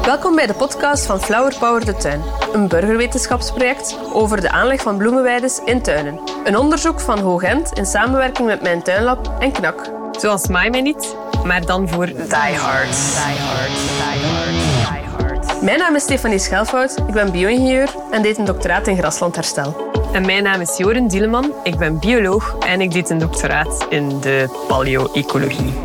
Welkom bij de podcast van Flower Power de Tuin. Een burgerwetenschapsproject over de aanleg van bloemenweides in tuinen. Een onderzoek van Hoog-Gent in samenwerking met Mijn Tuinlab en KNAK. Zoals Maai mij niet, maar dan voor diehards. Mijn naam is Stefanie Schelfhout, ik ben bio-ingenieur en deed een doctoraat in graslandherstel. En mijn naam is Joren Dieleman, ik ben bioloog en ik deed een doctoraat in de paleo-ecologie.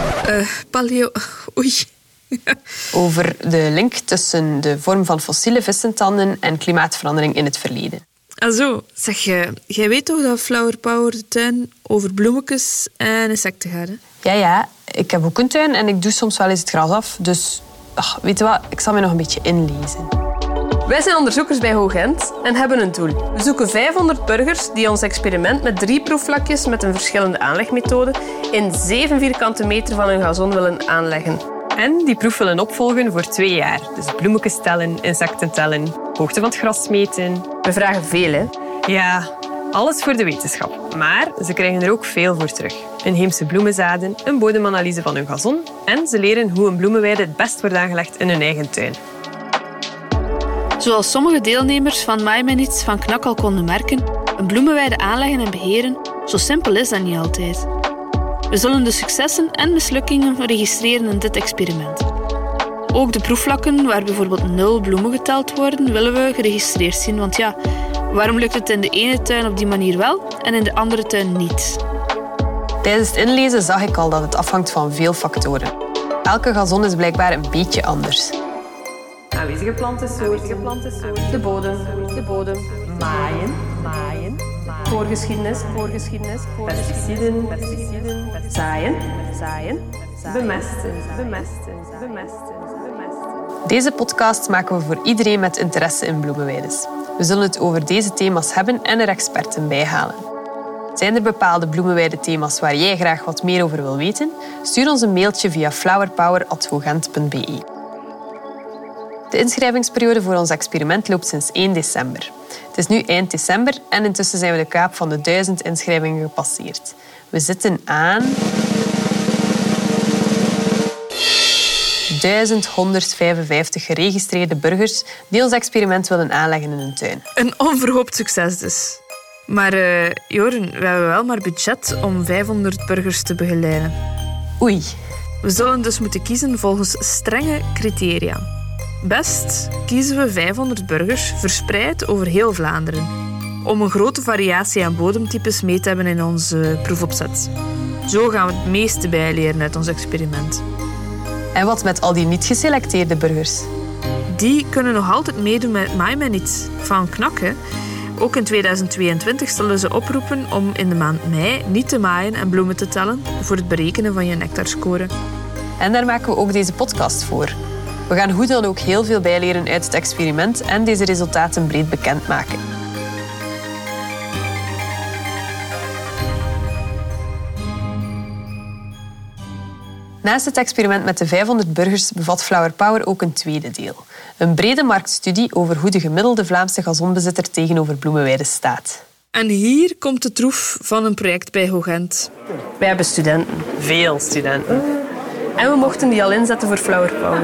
Oei. Over de link tussen de vorm van fossiele vissentanden en klimaatverandering in het verleden. Zo, zeg je, jij weet toch dat Flower Power de Tuin over bloemetjes en insecten gaat, hè? Ja, ik heb ook een tuin en ik doe soms wel eens het gras af. Dus, weet je wat, ik zal mij nog een beetje inlezen. Wij zijn onderzoekers bij Hoog-Gent en hebben een doel. We zoeken 500 burgers die ons experiment met 3 proefvlakjes met een verschillende aanlegmethode in 7 vierkante meter van hun gazon willen aanleggen. En die proef willen opvolgen voor 2 jaar. Dus bloemetjes tellen, insecten tellen, hoogte van het gras meten. We vragen veel, hè? Ja, alles voor de wetenschap. Maar ze krijgen er ook veel voor terug. Inheemse bloemenzaden, een bodemanalyse van hun gazon en ze leren hoe een bloemenweide het best wordt aangelegd in hun eigen tuin. Zoals sommige deelnemers van Maai mij niets van KNAK al konden merken, een bloemenweide aanleggen en beheren, zo simpel is dat niet altijd. We zullen de successen en mislukkingen registreren in dit experiment. Ook de proefvlakken, waar bijvoorbeeld 0 bloemen geteld worden, willen we geregistreerd zien. Want ja, waarom lukt het in de ene tuin op die manier wel en in de andere tuin niet? Tijdens het inlezen zag ik al dat het afhangt van veel factoren. Elke gazon is blijkbaar een beetje anders. Aanwezige plantensoorten, De bodem, maaien, voorgeschiedenis, pesticiden, zaaien, bemesten. Deze podcast maken we voor iedereen met interesse in bloemenweides. We zullen het over deze thema's hebben en er experten bij halen. Zijn er bepaalde bloemenweide-thema's waar jij graag wat meer over wil weten? Stuur ons een mailtje via flowerpower@hogent.be. De inschrijvingsperiode voor ons experiment loopt sinds 1 december. Het is nu eind december en intussen zijn we de kaap van de 1000 inschrijvingen gepasseerd. We zitten aan 1155 geregistreerde burgers die ons experiment willen aanleggen in hun tuin. Een onverhoopt succes dus. Maar Joren, we hebben wel maar budget om 500 burgers te begeleiden. Oei. We zullen dus moeten kiezen volgens strenge criteria. Best kiezen we 500 burgers verspreid over heel Vlaanderen, om een grote variatie aan bodemtypes mee te hebben in onze proefopzet. Zo gaan we het meeste bijleren uit ons experiment. En wat met al die niet geselecteerde burgers? Die kunnen nog altijd meedoen met Maai mij niet van KNAK, hè. Ook in 2022 zullen ze oproepen om in de maand mei niet te maaien en bloemen te tellen voor het berekenen van je nectarscore. En daar maken we ook deze podcast voor. We gaan hoe dan ook heel veel bijleren uit het experiment en deze resultaten breed bekendmaken. Naast het experiment met de 500 burgers bevat Flower Power ook een tweede deel. Een brede marktstudie over hoe de gemiddelde Vlaamse gazonbezitter tegenover bloemenweiden staat. En hier komt de troef van een project bij Hoog-Gent. Wij hebben studenten. Veel studenten. En we mochten die al inzetten voor Flower Power.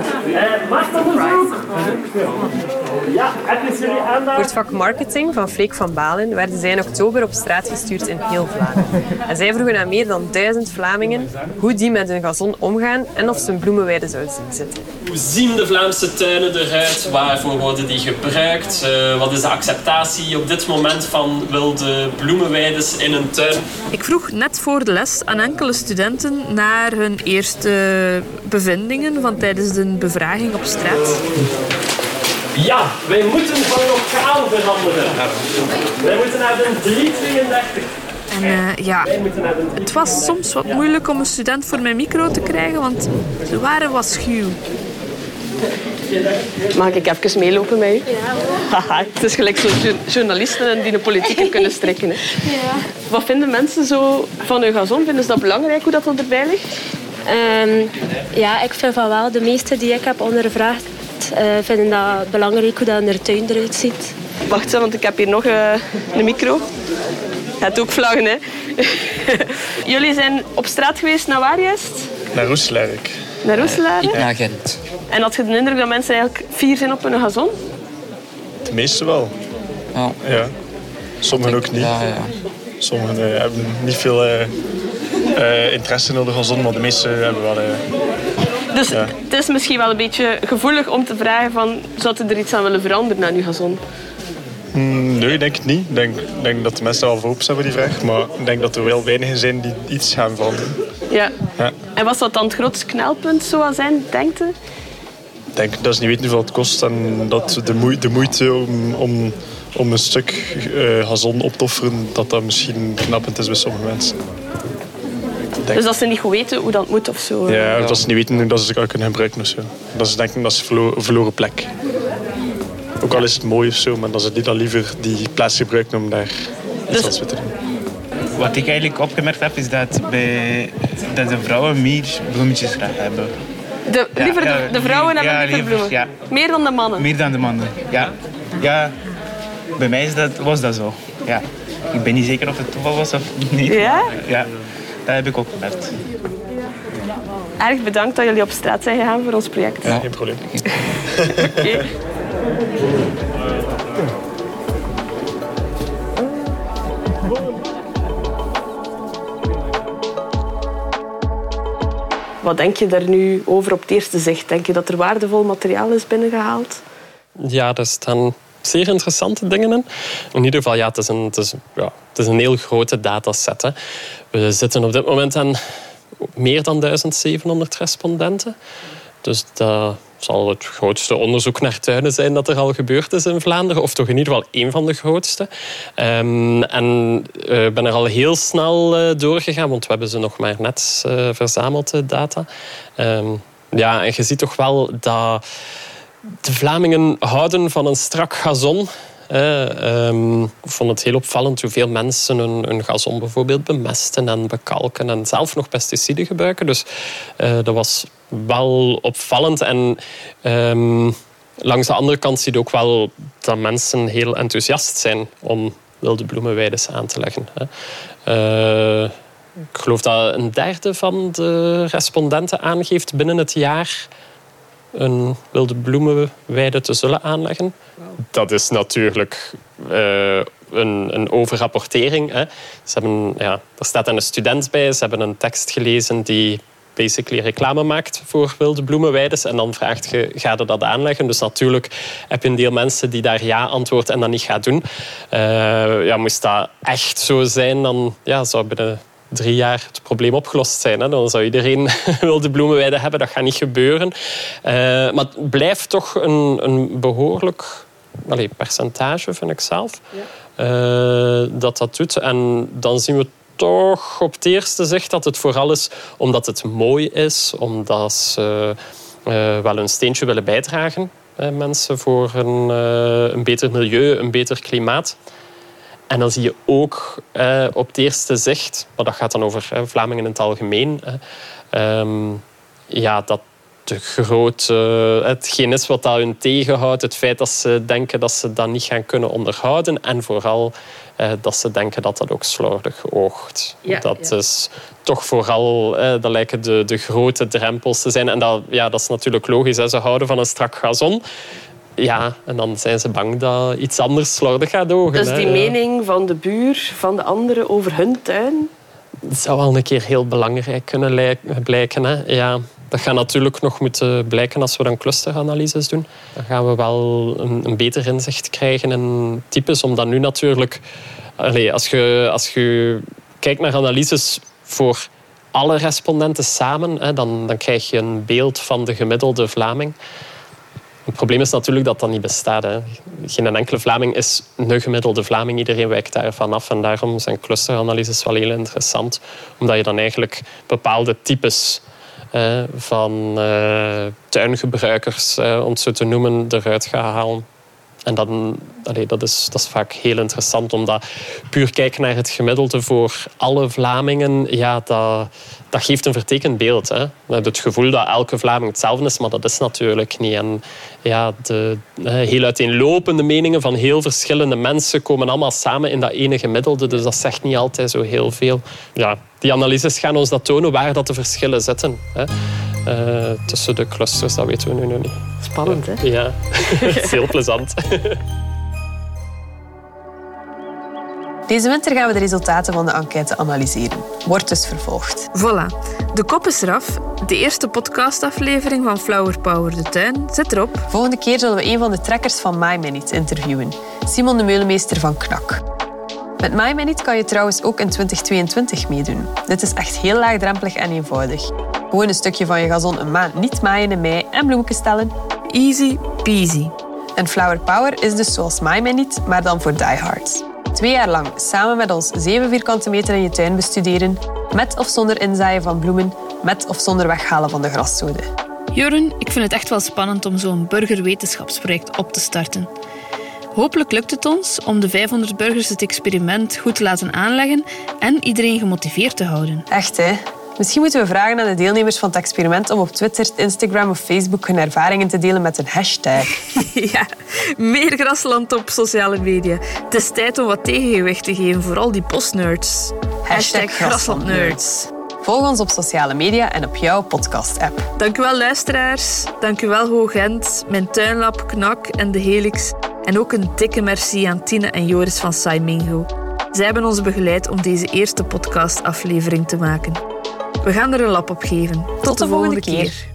Voor het vak marketing van Freek van Balen werden zij in oktober op straat gestuurd in heel Vlaanderen. En zij vroegen aan meer dan 1000 Vlamingen hoe die met hun gazon omgaan en of ze een bloemenweide zouden zien zitten. Hoe zien de Vlaamse tuinen eruit? Waarvoor worden die gebruikt? Wat is de acceptatie op dit moment van wilde bloemenweides in een tuin? Ik vroeg net voor de les aan enkele studenten naar hun eerste bevindingen van tijdens de bevraging op straat. Ja, wij moeten van lokaal veranderen. Wij moeten naar de 332. En het was soms wat moeilijk om een student voor mijn micro te krijgen, want ze waren wat schuw. Mag ik even meelopen met u? Haha, het is gelijk zo'n journalisten die de politiek kunnen strekken. Hè. Ja. Wat vinden mensen zo van hun gazon? Vinden ze dat belangrijk hoe dat erbij ligt? Ja, ik vind van wel. De meesten die ik heb ondervraagd vinden dat belangrijk hoe dat hun tuin eruit ziet. Wacht, want ik heb hier nog een micro. Het ook vlaggen, hè. Jullie zijn op straat geweest naar waar juist? Naar Roeslerk. Naar Roeselare? Ik naar Gent. En had je de indruk dat mensen eigenlijk fier zijn op hun gazon? De meeste wel. Ja. Sommigen ook niet. Ja. Sommigen hebben niet veel interesse in de gazon, maar de meeste hebben wel... Dus het is misschien wel een beetje gevoelig om te vragen van... zou je er iets aan willen veranderen aan je gazon? Nee, denk ik niet. Ik denk dat de mensen er wel voor open zijn voor die vraag. Maar ik denk dat er wel weinigen zijn die iets gaan veranderen. Ja. En was dat dan het grootste knelpunt zou zijn, denkt u? Ik denk dat ze niet weten hoeveel het kost en dat de moeite om een stuk gazon op te offeren, dat misschien knappend is bij sommige mensen. Dus dat ze niet goed weten hoe dat moet of zo? Ja, dat ze niet weten hoe dat ze het kunnen gebruiken of zo. Dat ze denken dat ze een verloren plek. Ook al is het mooi of zo, maar dat ze dan liever die plaats gebruiken om daar iets anders mee te doen. Wat ik eigenlijk opgemerkt heb, is dat de vrouwen meer bloemetjes graag hebben. De vrouwen hebben liever bloemen? Ja. Meer dan de mannen? Meer dan de mannen, ja. Ja, bij mij was dat zo. Ja. Ik ben niet zeker of het toeval was of niet. Ja? Ja, dat heb ik ook gemerkt. Erg bedankt dat jullie op straat zijn gegaan voor ons project. Ja, geen probleem. Oké. Wat denk je daar nu over op het eerste zicht? Denk je dat er waardevol materiaal is binnengehaald? Ja, er staan zeer interessante dingen in. In ieder geval, het is een heel grote dataset. Hè. We zitten op dit moment aan meer dan 1700 respondenten. Dus dat zal het grootste onderzoek naar tuinen zijn dat er al gebeurd is in Vlaanderen. Of toch in ieder geval één van de grootste. Ik ben er al heel snel doorgegaan, want we hebben ze nog maar net verzameld, de data. En je ziet toch wel dat de Vlamingen houden van een strak gazon. Ik vond het heel opvallend hoeveel mensen hun gazon bijvoorbeeld bemesten en bekalken en zelf nog pesticiden gebruiken. Dus dat was wel opvallend. En langs de andere kant zie je ook wel dat mensen heel enthousiast zijn om wilde bloemenweides aan te leggen. Ik geloof dat een derde van de respondenten aangeeft binnen het jaar een wilde bloemenweide te zullen aanleggen. Wow. Dat is natuurlijk een overrapportering. Hè. Er staat een student bij, ze hebben een tekst gelezen die basically reclame maakt voor wilde bloemenweides en dan vraagt je, ga je dat aanleggen? Dus natuurlijk heb je een deel mensen die daar ja antwoorden en dat niet gaat doen. Moest dat echt zo zijn, dan zou binnen 3 jaar het probleem opgelost zijn. Hè. Dan zou iedereen wilde bloemenweide hebben. Dat gaat niet gebeuren. Maar het blijft toch een behoorlijk percentage, vind ik zelf, dat doet. En dan zien we toch op het eerste zicht dat het vooral is omdat het mooi is, omdat ze wel een steentje willen bijdragen, mensen, voor een beter milieu, een beter klimaat. En dan zie je ook op het eerste zicht, maar dat gaat dan over Vlamingen in het algemeen, dat hetgeen is wat dat hun tegenhoudt, het feit dat ze denken dat ze dat niet gaan kunnen onderhouden en vooral dat ze denken dat dat ook slordig oogt. Dat is toch vooral, dat lijken de grote drempels te zijn. En dat is natuurlijk logisch, hè. Ze houden van een strak gazon. Ja, en dan zijn ze bang dat iets anders slordig gaat ogen. Dus die mening van de buur, van de anderen over hun tuin? Dat zou wel een keer heel belangrijk kunnen blijken. Hè. Ja, dat gaat natuurlijk nog moeten blijken als we dan clusteranalyses doen. Dan gaan we wel een beter inzicht krijgen in types. Omdat nu natuurlijk, als je kijkt naar analyses voor alle respondenten samen, dan krijg je een beeld van de gemiddelde Vlaming. Het probleem is natuurlijk dat dat niet bestaat. Hè. Geen enkele Vlaming is een gemiddelde Vlaming. Iedereen wijkt daarvan af. En daarom zijn clusteranalyses wel heel interessant. Omdat je dan eigenlijk bepaalde types van tuingebruikers, om het zo te noemen, eruit gaat halen. En dat is vaak heel interessant, omdat puur kijken naar het gemiddelde voor alle Vlamingen, dat geeft een vertekend beeld. Hè. We hebben het gevoel dat elke Vlaming hetzelfde is, maar dat is natuurlijk niet. En de heel uiteenlopende meningen van heel verschillende mensen komen allemaal samen in dat ene gemiddelde, dus dat zegt niet altijd zo heel veel. Ja, die analyses gaan ons dat tonen waar dat de verschillen zitten. Hè. Tussen de clusters, dat weten we nu nog niet. Spannend, hè? Ja, het is heel plezant. Deze winter gaan we de resultaten van de enquête analyseren. Wordt dus vervolgd. Voilà. De kop is eraf. De eerste podcastaflevering van Flower Power de Tuin zit erop. Volgende keer zullen we een van de trekkers van My Minute interviewen. Simon de Meulemeester van KNAK. Met My Minute kan je trouwens ook in 2022 meedoen. Dit is echt heel laagdrempelig en eenvoudig. Gewoon een stukje van je gazon een maand niet maaien in mei en bloemetjes tellen. Easy peasy. En Flower Power is dus zoals My Minute, maar dan voor diehards. 2 jaar lang samen met ons 7 vierkante meter in je tuin bestuderen, met of zonder inzaaien van bloemen, met of zonder weghalen van de graszode. Jeroen, ik vind het echt wel spannend om zo'n burgerwetenschapsproject op te starten. Hopelijk lukt het ons om de 500 burgers het experiment goed te laten aanleggen en iedereen gemotiveerd te houden. Echt, hè? Misschien moeten we vragen aan de deelnemers van het experiment om op Twitter, Instagram of Facebook hun ervaringen te delen met een hashtag. Ja, meer grasland op sociale media. Het is tijd om wat tegengewicht te geven voor al die bosnerds. #graslandnerds. Volg ons op sociale media en op jouw podcast-app. Dank u wel, luisteraars. Dank u wel, Hoogent, mijn tuinlab, KNAK en de Helix. En ook een dikke merci aan Tine en Joris van Saimingo. Zij hebben ons begeleid om deze eerste podcastaflevering te maken. We gaan er een lap op geven. Tot de volgende keer.